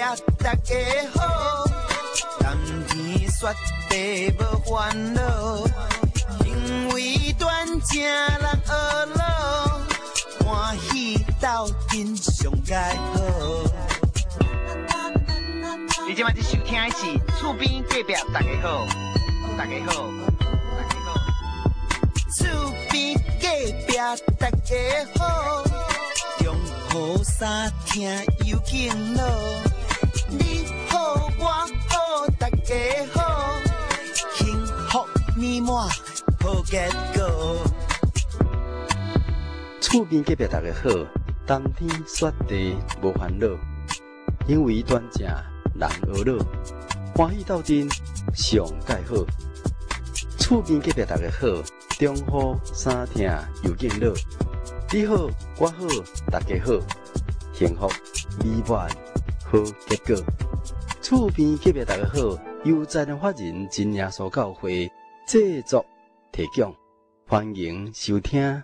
大家好，冬天雪地无烦恼，行为端正人学老，欢喜斗阵上佳好。你今晚在收听的是厝边隔壁大家好，大家好，大家好，厝边隔壁大家好。中好三听有敬老，你好我好大家好，幸福美满好结果。 厝边隔壁大家好，冬天雪地无烦恼，因为端正人学老，欢喜斗阵上介好。厝边隔壁大家好，中好三听有敬老，你好我好大家好，幸福美满好结果。厝边隔壁大家好，由在人法人真耶稣教会制作提供，欢迎收听。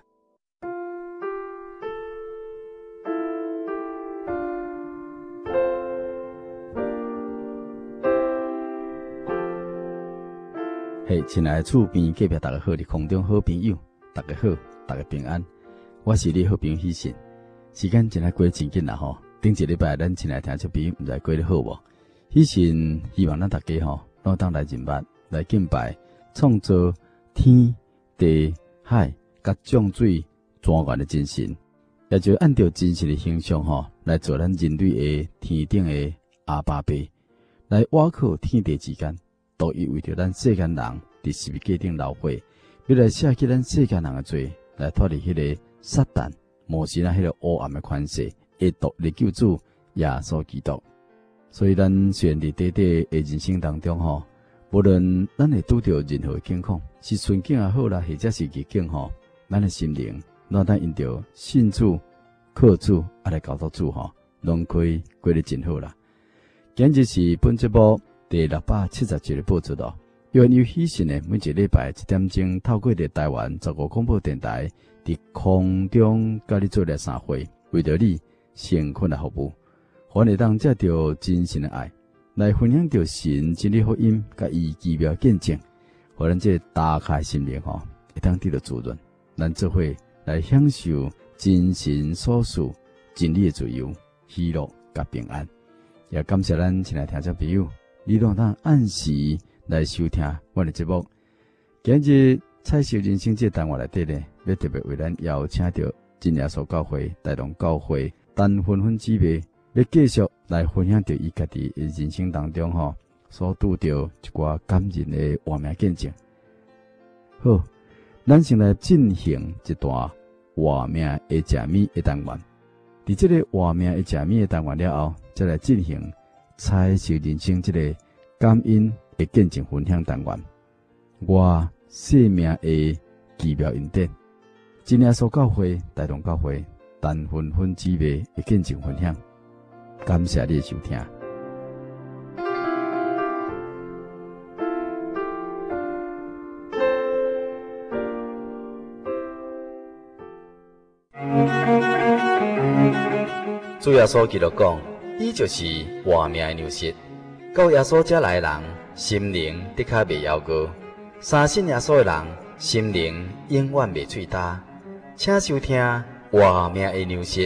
嘿，亲爱的厝边隔壁大家好，你空中好朋友，大家好，大家平安。我是你好朋友喜信，时间真来过真紧啦吼。顶一礼拜咱亲爱听众朋友唔知过得好无？喜信希望咱大家吼，拢当来认捌来敬拜创造天地海甲众水全源的真神，也就按照真神的形象吼来做咱人类的天顶的阿爸爸，来挖靠天地之间，都以为着咱世间人伫十字架顶流血，要来赦去咱世间人的罪，来脱离迄个撒旦、魔神啊，迄个黑暗的权势，会独立救主耶稣基督。所以咱虽然伫短短的人生当中吼，无论咱会拄着任何境况，是顺境也好啦，或者是逆境吼，咱的心灵，咱当因着信主、靠主啊来交托主吼，拢可以过得真好啦。今日是本节目第677个播出咯。由于喜信呢，每一礼拜1点钟透过伫台湾15广播电台伫空中甲你做了3回，为着你诚恳的服务，互你当接到真神的爱，来分享着神真理福音甲伊奇妙见证，互咱这打开心灵吼，会当得到滋润，咱做伙来享受真神所赐真理的自由、喜乐甲平安。也感谢咱亲爱听众朋友，你拢当按时来收听我的节目。今日彩色人生这单元内底呢，要特别为咱邀请到真耶稣教会台东教会陈芬芬姊妹，要继续来分享到伊家己的人生当中吼所拄到一寡感人的画面见证。好，咱先来进行一段画面的食米的单元。伫这个画面的食米的单元了后，再来进行彩色人生这个感恩的见证分享单元。我生命的奇妙恩典，真耶稣教会台东教会陈芬芬姊妹的见证分享。感谢你的收听。主耶稣基督讲，伊就是活命的粮食。到耶稣遮来的人，心灵的确袂夭糕；相信耶稣的人，心灵永远袂脆焦。请收听活命的粮食。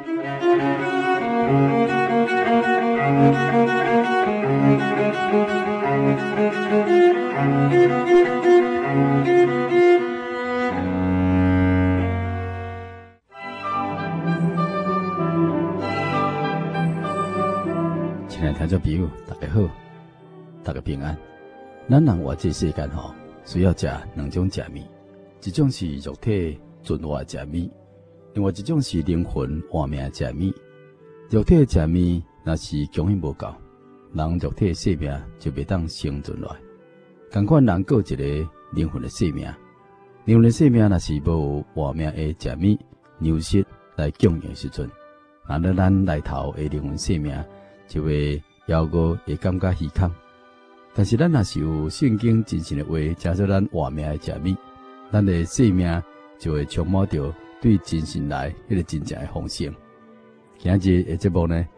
亲爱的听众朋友，大家好，大家平安。咱人活这世间吼，需要食2种食物，一种是肉体存活的食物，另外一种是灵魂活命的食物。肉体的食物若是供应无够，人肉体的生命就袂当生存落来。同款人过一个灵魂的生命，灵魂的生命若是无活命的食物、粮食来供应时阵，那咱来头的灵魂生命就会夭折，会感觉虚空。但是咱若是有圣经真神的话，加上咱活命的食物，咱的生命就会充满着对真神来迄个真正的丰盛。今日的节目呢，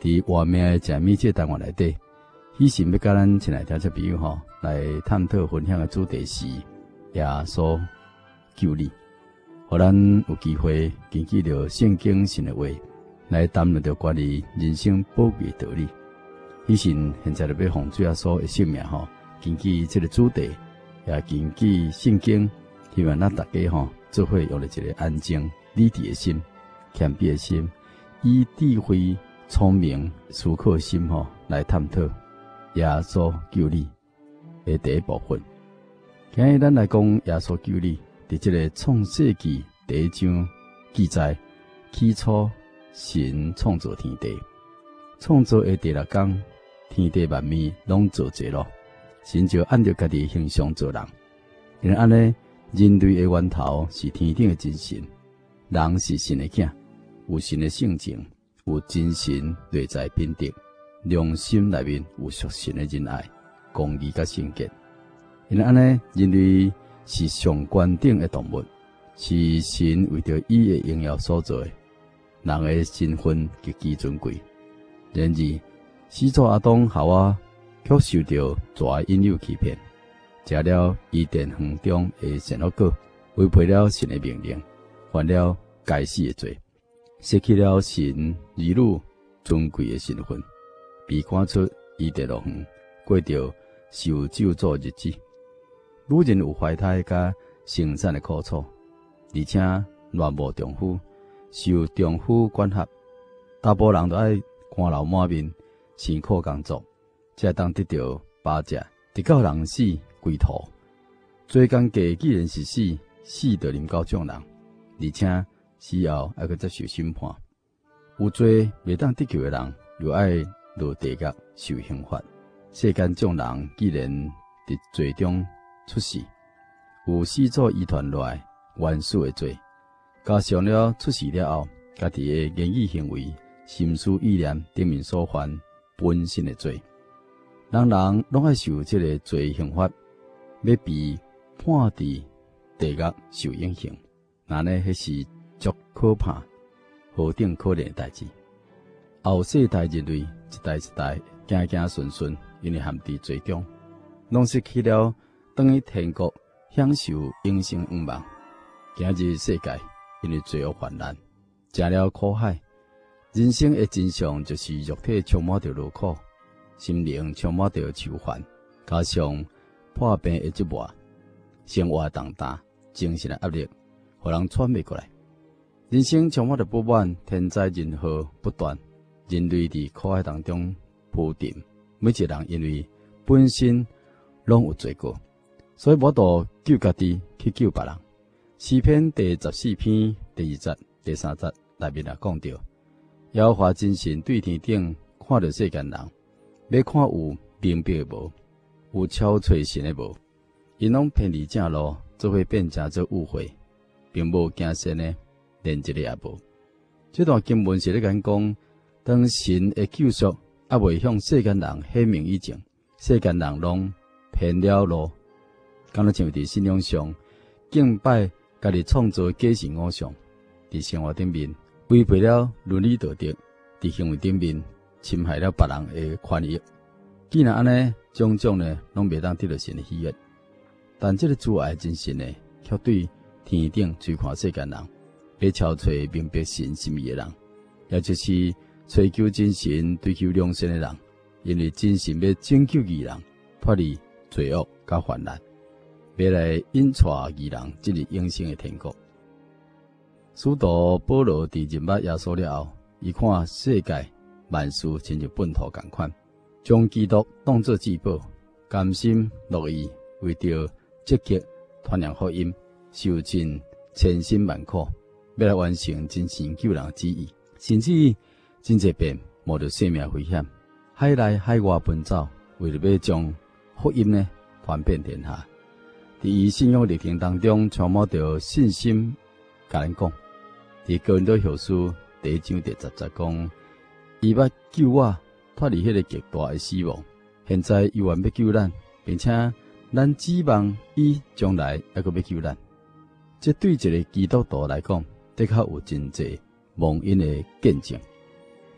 伫活命的食米这单元内底，喜神要甲咱亲爱听众朋友来探讨分享的主题是耶稣救你，互咱有机会根据着圣经神的话来谈论着关于人生宝贵的道理。喜神现在就要奉主耶稣的性命根据这个主题，也根据圣经，希望咱大家做伙用了一个安静理智的心、谦卑的心，以智慧、聪明、思考的心来探讨耶稣救你的第一部分。今日咱来讲耶稣救你，伫这个创世纪第1章记载，起初神创造天地，创造的第6天，天地万物拢造齐了。神就按照家己的形象做人，因为安尼，人类的源头是天顶的真神，人是神的囝，有神的性情，有真神内在品德，良心内面有属神的仁爱、公义甲圣洁。因为安尼，人类是上关顶的动物，是神为着伊的荣耀所做的，人的身份极其尊贵。然而，始祖亚当夏娃却受到蛇引诱欺骗，食了伊甸园中的善恶果，违背了神的命令，犯了该死的罪，失去了神儿女尊贵的身份，被赶出伊甸乐园，过着受咒诅日子。女人有怀胎甲生产的苦楚，而且恋慕丈夫，受丈夫管辖，大部分人都爱汗流满面，辛苦工作，才当得到饱食，直到人死归途。做工价既然是死，死就临到众人，而且死后还要接受审判。有罪未当得救的人，又爱落地狱受刑罚。世间众人既然伫罪中出世，有始祖遗传落来原始的罪，加上了出世了后，家己的言语行为、心思意念顶面所犯本身的罪，人人拢爱受这个罪刑罚，要被判伫地狱受影响。那呢，迄是足可怕、何等可怜的代志。后世代人类一代一代行行顺顺，因为陷伫罪中，拢失去了等于天国享受永生愿望。今日世界因为罪恶泛滥，食了苦海。人生的真相就是肉体充满着劳苦，心灵充满着愁烦，加上破病的折磨，生活重担，精神的压力，互人喘不过来。人生充满着不满，天灾人祸不断，人类伫苦海当中浮沉。每一个人因为本身拢有罪过，所以无度救家己去救别人。诗篇第14篇第2节、第3节内面也讲到，耶和华真神对天顶看着世间人，要看有明白的无，有超垂神的无，因拢偏离正路，做伙变成做误会，并无行善的，连一个也无。这段经文是咧讲，当神的救赎还未向世间人显明以前，世间人拢偏了路，敢若像伫信仰上敬拜家己创造的假神偶像，伫生活顶面违背了伦理道德，伫行为顶面侵害了别人的权益。既然安尼，种种呢拢袂当得到神的喜悦。但这个主爱真神呢，却对天顶追看世间人，要超找明白神心意的人，也就是追求真神、追求良善的人。因为真神要拯救义人，脱离罪恶甲患难，要来引带义人进入永生的天国。使徒保罗伫认捌耶稣了后，伊看世界万事亲像粪土共款，将基督当作至宝，甘心乐意为着积极传扬福音，受尽千辛万苦，要来完成真神救人的旨意，甚至真济遍冒着生命危险，海内海外奔走，为了要将福音呢传遍天下。伫伊信仰历程当中，充满着信心，甲咱讲，伫哥林多后书第1章第10节讲，伊捌救我脱离迄个极大的死亡，现在又愿要救咱，并且咱指望伊将来还阁要救咱。这对一个基督徒来讲，的确有真济蒙恩的见证。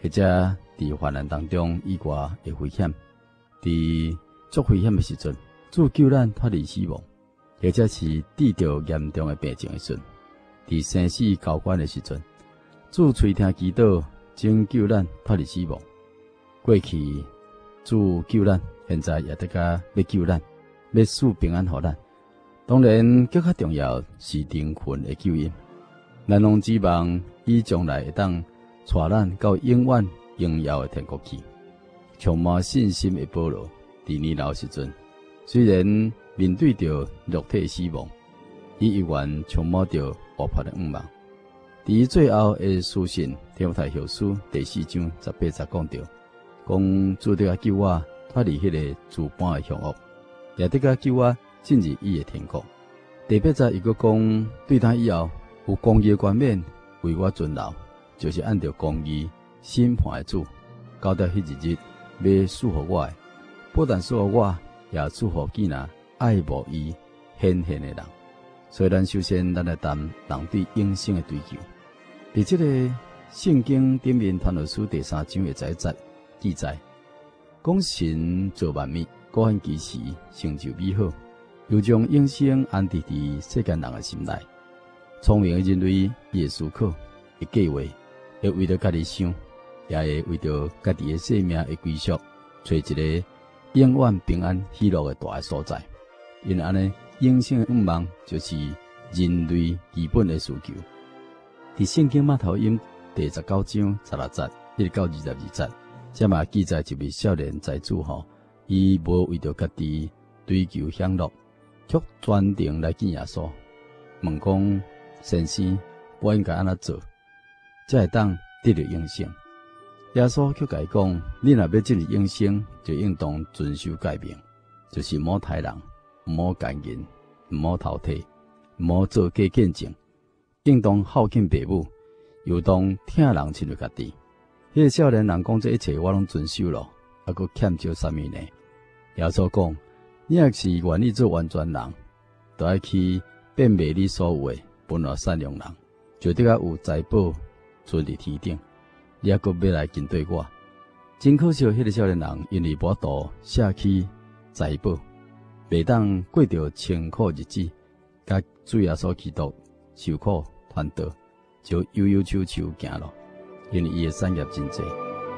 或者伫患难当中以外的危险，伫足危险的时阵，主救咱脱离死亡，或者是得到严重的病症的时阵，伫生死交关的时阵，主垂听祈祷，拯救咱脱离死亡。过去主救咱，现在也得甲要救咱，要赐平安予咱。当然，更较重要是灵魂的救恩。咱拢指望伊将来会当带咱到永远荣耀的天国去。充满信心的保罗，伫年老时阵，虽然面对着肉体死亡，伊依然充满着活泼的愿望。伫最后的书信提摩太后书第4章18节讲到，讲主得救我脱离迄个自般的凶恶，也得救我进入伊的天国。第8节伊阁讲，对他以后有公义的冠冕为我存留，就是按照公义审判的主，交代迄日要赐予我的，不但赐予我，也赐予见那爱慕伊显现的人。所以咱首先来谈人对永生的追求。伫这个圣经顶面传道书第3章的11节记载，讲神造万物，果很其时，成就美好，又将永生安置伫世间人的心内。聪明的人类伊会思考，会计划，会为着家己想，也会为着家己的生命的归宿，找一个永远平安喜乐的大所在。因安尼，永生的愿望就是人类基本的需求。伫圣经马太福音第19章16节1到22节，这嘛记载一位少年财主伊无为着家己追求享乐，却专程来见耶稣，问讲：先生，我应该安怎做，才会当得到永生？耶稣却甲伊讲：你若要进入永生，就应当遵守诫命，就是毋好杀人，毋好奸淫，毋好偷窃，毋好做假见证，应当孝敬父母，又当疼人亲像家己。迄个少年人讲：这一切我拢遵守了，还佫欠少啥物呢？耶稣讲：你若是愿意做完全人，就要去变卖你所有的，分予善良人，就得有财宝存伫天顶。你还佫要来跟对我？真可惜，迄个少年人因为无度舍弃财宝，袂当过着清苦日子，甲主耶稣基督受苦传道，就悠悠悄悄行咯。因为伊的产业真济。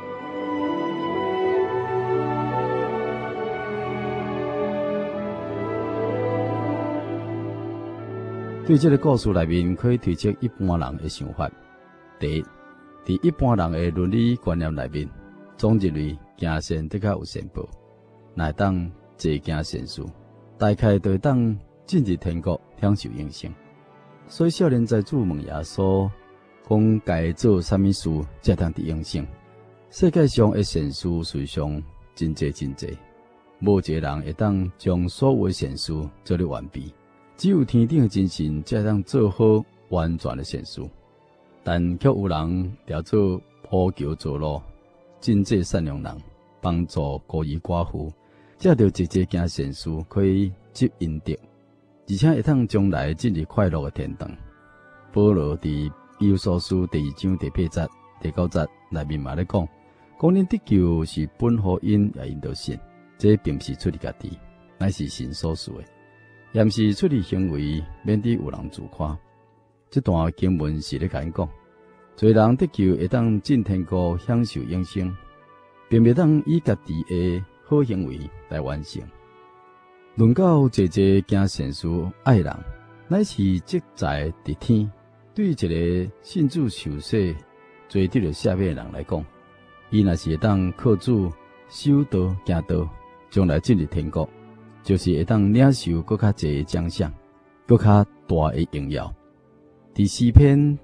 对这个故事内面，可以推测一般人的想法。第一，伫一般人的伦理观念内面，总认为行善得较有善报，乃当坐行善事，大概就会当进入天国享受永生。所以少年财主问耶稣，讲该做啥物事才当得永生？世界上的善事实际上真济真济，无一个人会当将所有的善事做得完备。只有天顶的真神才会当做好完全的善事，但却有人调做普求造路，真济善良人，帮助孤儿寡妇，才着直接行善事可以积阴德，而且会当将来进入快乐的天堂。保罗伫以弗所书第2章第8节、第9节内面嘛咧讲，恁得救是本乎因也因着神，这并不是出于家己，乃是神所赐的。也毋是出于行为，免得有人自夸。这段经文是咧甲因讲，侪人得救会当进天国享受永生，并袂当以家己的好行为来完成。论到济济行善事爱人，乃是积财伫天。对于一个信主受洗、做得了赦免的人来讲，伊若是会当靠主修道行道，将来进入天国，就是会当领受更较济的奖赏，更较大的荣耀。伫诗篇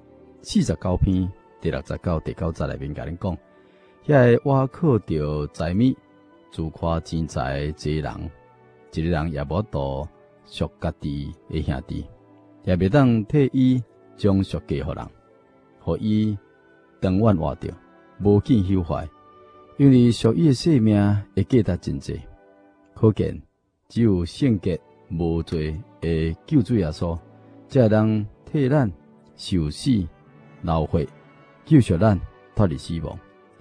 49篇第69、第9节内面甲恁讲，遐个我靠着财米自夸钱财济人，一个人也无度属家己的兄弟，也袂当替伊将属价予人，互伊长远活着，无见朽坏，因为属伊的性命会价值真济。可见，只有圣洁无罪的救主耶稣，才会当替咱受死、流血，救赎咱脱离死亡。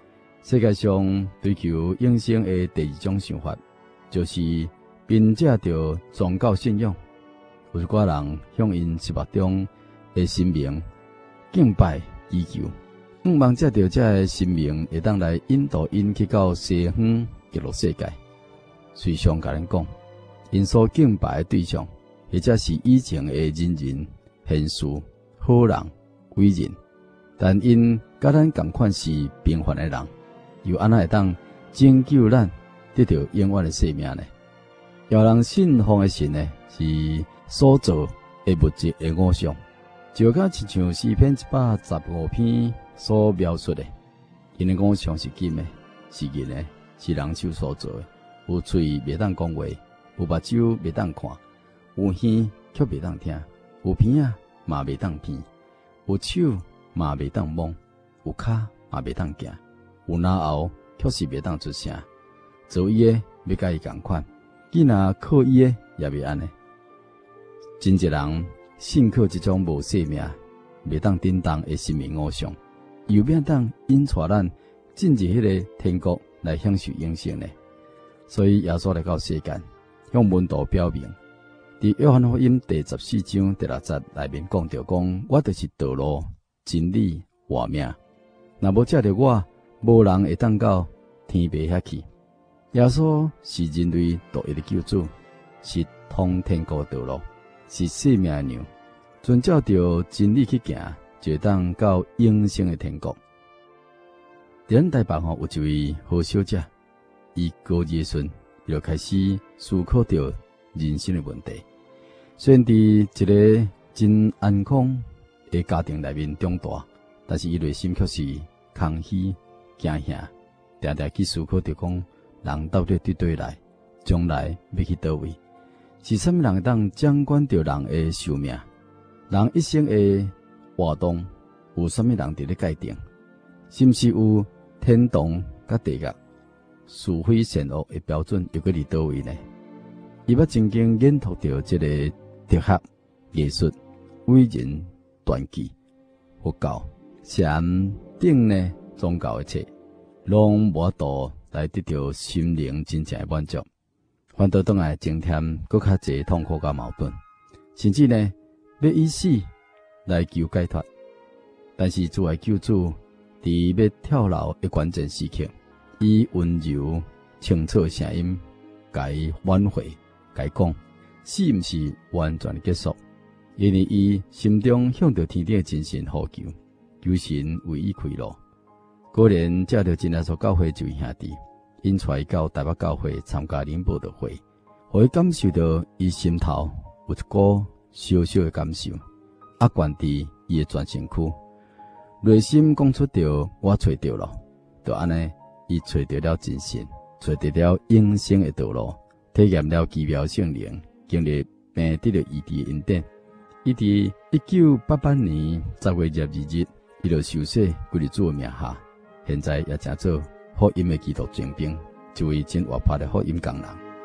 世界上追求永生的第二种想法，就是凭借着宗教信仰，有一寡人向因心目中的神明敬拜祈求，望借着这个神明会当来引导因去到西方极乐世界。随上甲咱讲，因所敬拜的对象，或者是以前的仁人、贤士、好人、伟人，但因甲咱同款是平凡的人，又安怎会当拯救咱得到永远的生命呢？有人信奉的神呢，是所造的物质的偶像，就甲亲像诗篇115篇所描述的，因的偶像是金的，是银的，是人手所造的，有嘴袂当讲话，有目睭袂当看，有耳却袂当听，有鼻啊嘛袂当鼻，有手嘛袂当摸，有脚嘛袂当行，有牙喉却是袂当出声。做伊的要甲伊同款，既若靠伊的也袂安尼。真侪人信靠这种无生命、袂当震动的神明偶像，又要当引带咱进入迄个天国来享受永生呢？所以耶稣来到世间，向门徒表明，伫约翰福音第14章第6节内面讲到讲，我就是道路、真理、活命。若无借着我，无人会当到天父遐去。耶稣是人类独一的救主，是通天国的道路，是生命的粮。遵照着真理去行，就会当到永生的天国。伫咱台北有一位好小姐，伊高二时就开始思考着人生的问题。虽然伫一个真安康的家庭内面长大，但是伊内心却是空虚、惊吓，常常去思考着讲，人到底对对来，将来要去倒位？是啥物人会当掌管着人的寿命？人一生的活动有啥物人伫咧界定？是毋是有天堂甲地狱、是非善恶的标准又搁伫倒位呢？伊捌曾经研读着这个哲学、艺术、伟人、传记、佛教、禅等呢宗教的册，拢无法度来得到心灵真正的满足，反倒倒来增添搁较侪痛苦甲矛盾，甚至呢要以死来求解脱。但是主爱救主伫要跳楼的关键时刻，以温柔清澈的声音甲伊挽回，甲伊讲，死毋是完全的结束，因为伊心中向着天顶的真神呼求，求神为伊开路。果然借着真耶稣教会一位兄弟，因带伊到台北教会参加灵报道会，互伊感受到伊心头有一股小小的感受，压悬伫伊的全身躯，内心讲出着我找到了，就安尼，伊找到了真神，找到了永生的道路，体验了奇妙圣灵，经历病得了医治的恩典。伊伫1988年10月22日，伊就受洗归入主的名下，现在也正做福音的基督精兵，一位真活泼的福音工人。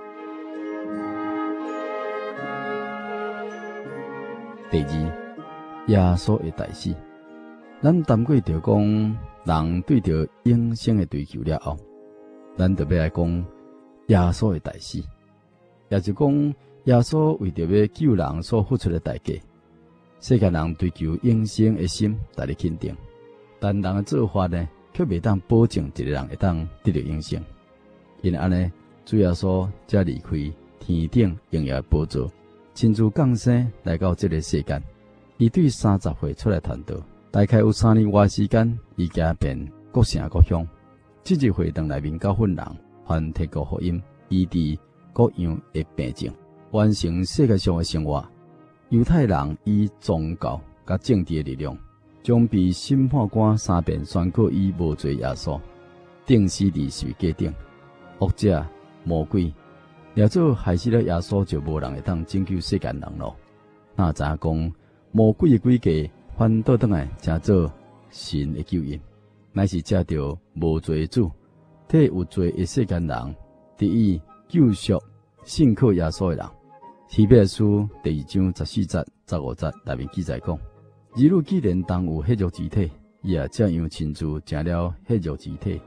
第二，耶稣的大死。咱谈过着讲，人对着永生的追求了后，咱就要来讲耶稣的大死，也就讲耶稣为着要救人所付出的代价。世界人追求永生的心大力肯定，但人的做法呢，却未当保证一个人会当得到永生。因为安尼，主耶稣才离开天顶荣耀的宝座，亲自降生来到这个世间。伊对30岁出来传道，大概有3年外时间，伊行遍各城各乡，这日会堂内面教训人，还提过福音，医治各样的病症，完成世界上的生活。犹太人以宗教甲政治的力量，将被审判官3遍宣告伊无罪耶稣，钉死伫十字架顶。恶者魔鬼掠走害死了耶稣，就无人会当拯救世间人咯。那知影讲魔鬼的诡计，反倒转来成做神的救恩，乃是借着无罪的主，替有罪的世间人得以救赎信靠耶稣的人。希伯来书第2章14节、15节内面记载讲：儿女既然当有血肉之体，伊也照样亲自成了血肉之体。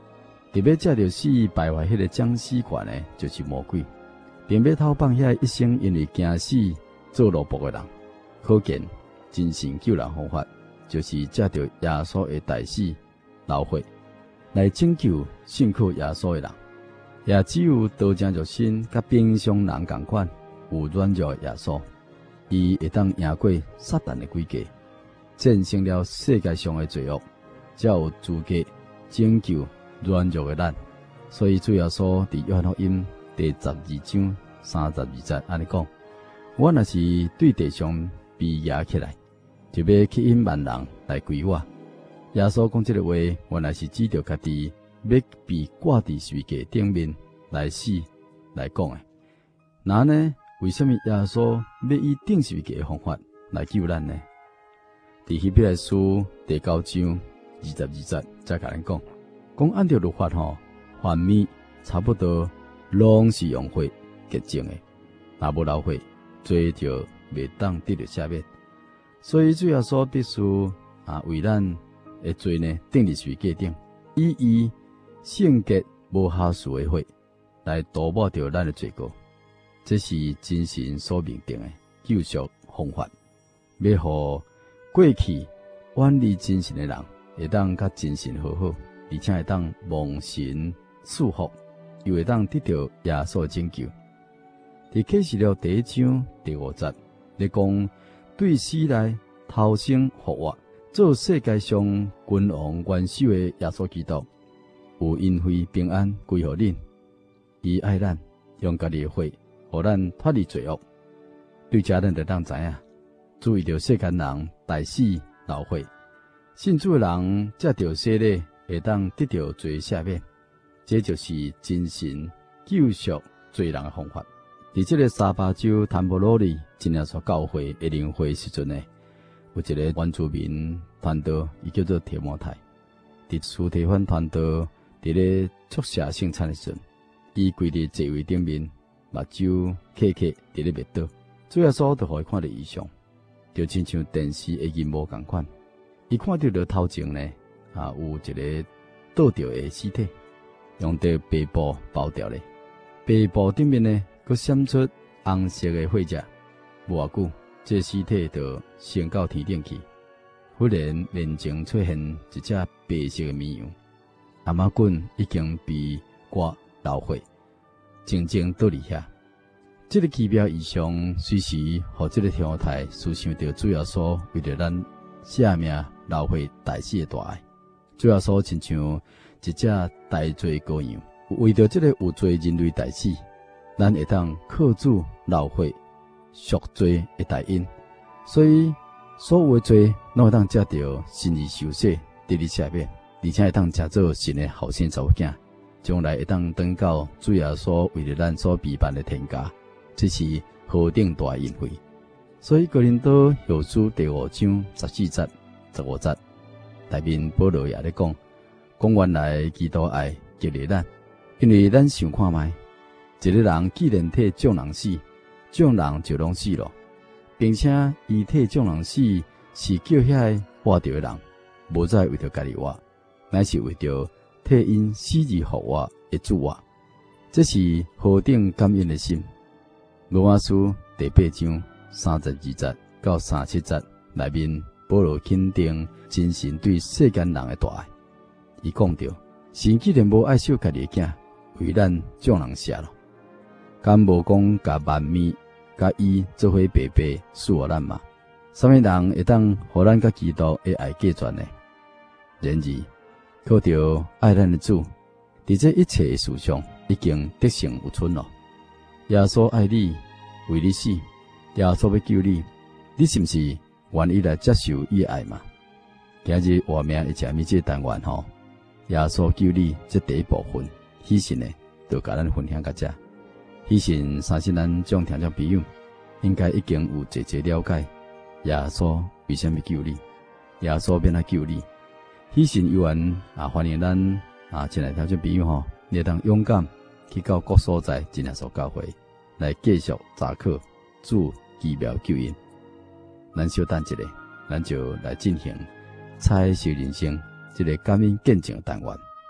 特别借着死败坏迄个将死权的，就是魔鬼，并要偷放遐一生因为惊死做奴仆的人。可见真神救人方法，就是借着耶稣的大死流血来拯救信靠耶稣的人。也只有道成肉身，甲平常人同款，有软弱的耶稣，伊会当赢过撒旦的诡计，战胜了世界上的罪恶，才有资格拯救软弱的咱。所以主耶稣伫约翰福音第12章32节安尼讲：我若是对地上被压起来，就要吸引万人来归我。耶稣讲这个话，原来是指着家己要被挂伫十字架顶面来死来讲的。那呢，为什么耶稣要以钉十字架的方法来救咱呢？伫希伯来书第9章22节再甲咱讲，按照律法凡物差不多拢是用血洁净的，若无流血，罪就袂当得到赦免。所以主耶稣必须为咱的罪呢钉伫十字架顶，以伊圣洁无瑕疵的血来涂抹掉咱的罪过。这是真神所命定的救赎方法，要互过去远离真神的人会当甲真神和好，而且会当蒙神赐福，又会当得到耶稣的拯救。伫启示录第1章第5节，你讲对死来头生复活，做世界上君王元首的耶稣基督，有恩惠平安归互恁。伊爱咱，用家己的血，互咱脱离罪恶。对这咱就当知影，注意着世间人大死流血，信主的人借着洗礼会当得到罪赦免。这就是真神救赎罪人的方法。伫这个沙巴州坦布罗里真耶稣教会的灵会时阵呢，有一个原住民传道，伊叫做提摩太。伫斯提芬传道伫咧祝谢圣餐的时阵，伊跪伫座位顶面，目睭刻刻伫咧灭倒。主耶稣就互伊看到异象，就亲像电视的荧幕共款。伊看到了头前呢，有一个倒掉的尸体，用着白布包掉咧。白布顶面呢，佮闪出红色的火遮。无偌久，这尸体就升到天顶去。忽然面前出现一只白色的绵羊，阿妈棍已经被刮流血，静静倒伫遐。这个奇妙异象，随时互这个天台思想着主耶稣为着咱舍命流血大死的大爱。主耶稣亲像一只大罪羔羊，为着这个有罪人类大死，咱会当靠主流血赎罪的大恩。所以所有的罪拢会当借着神而受洗，得以赦免，而且会当食做神的后生查某囝，将来会当登到主耶稣为了咱所备办的天家。这是何等大恩惠！所以哥林多后书第5章14节、15节，内面保罗也咧讲原来基督爱激励咱，因为咱想看觅，一个人既然替众人死，众人就拢死了，并且伊替众人死，是叫遐活着的人，无再为着家己活，乃是为着替因死而复活的主活。这是何等感恩的心！罗马书第8章32节到37节内面，保罗肯定真神对世间人的大爱。伊讲着，神既然无爱惜家己的囝，为咱众人舍了，敢无讲甲万物甲伊做伙白白赐予咱嘛？什么人会当互咱甲基督的爱隔绝呢？然而，靠着爱咱的主，伫这一切的事上已经得胜有存了。耶稣爱你，为你死，耶稣要救你，你是不是愿意来接受伊的爱嘛？今日话名一下面这单元耶稣救你这第一部分，喜讯呢，就甲咱分享到这。喜讯相信咱众听众朋友应该已经有渐渐了解耶稣为什么救你，耶稣要来救你。喜讯有缘欢迎咱进来听众朋友你当勇敢去到各所在真耶稣教会来继续查考主奇妙救恩。咱稍等一下，咱就来进行彩色人生这个感恩见证的单元。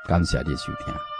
感谢你的收听。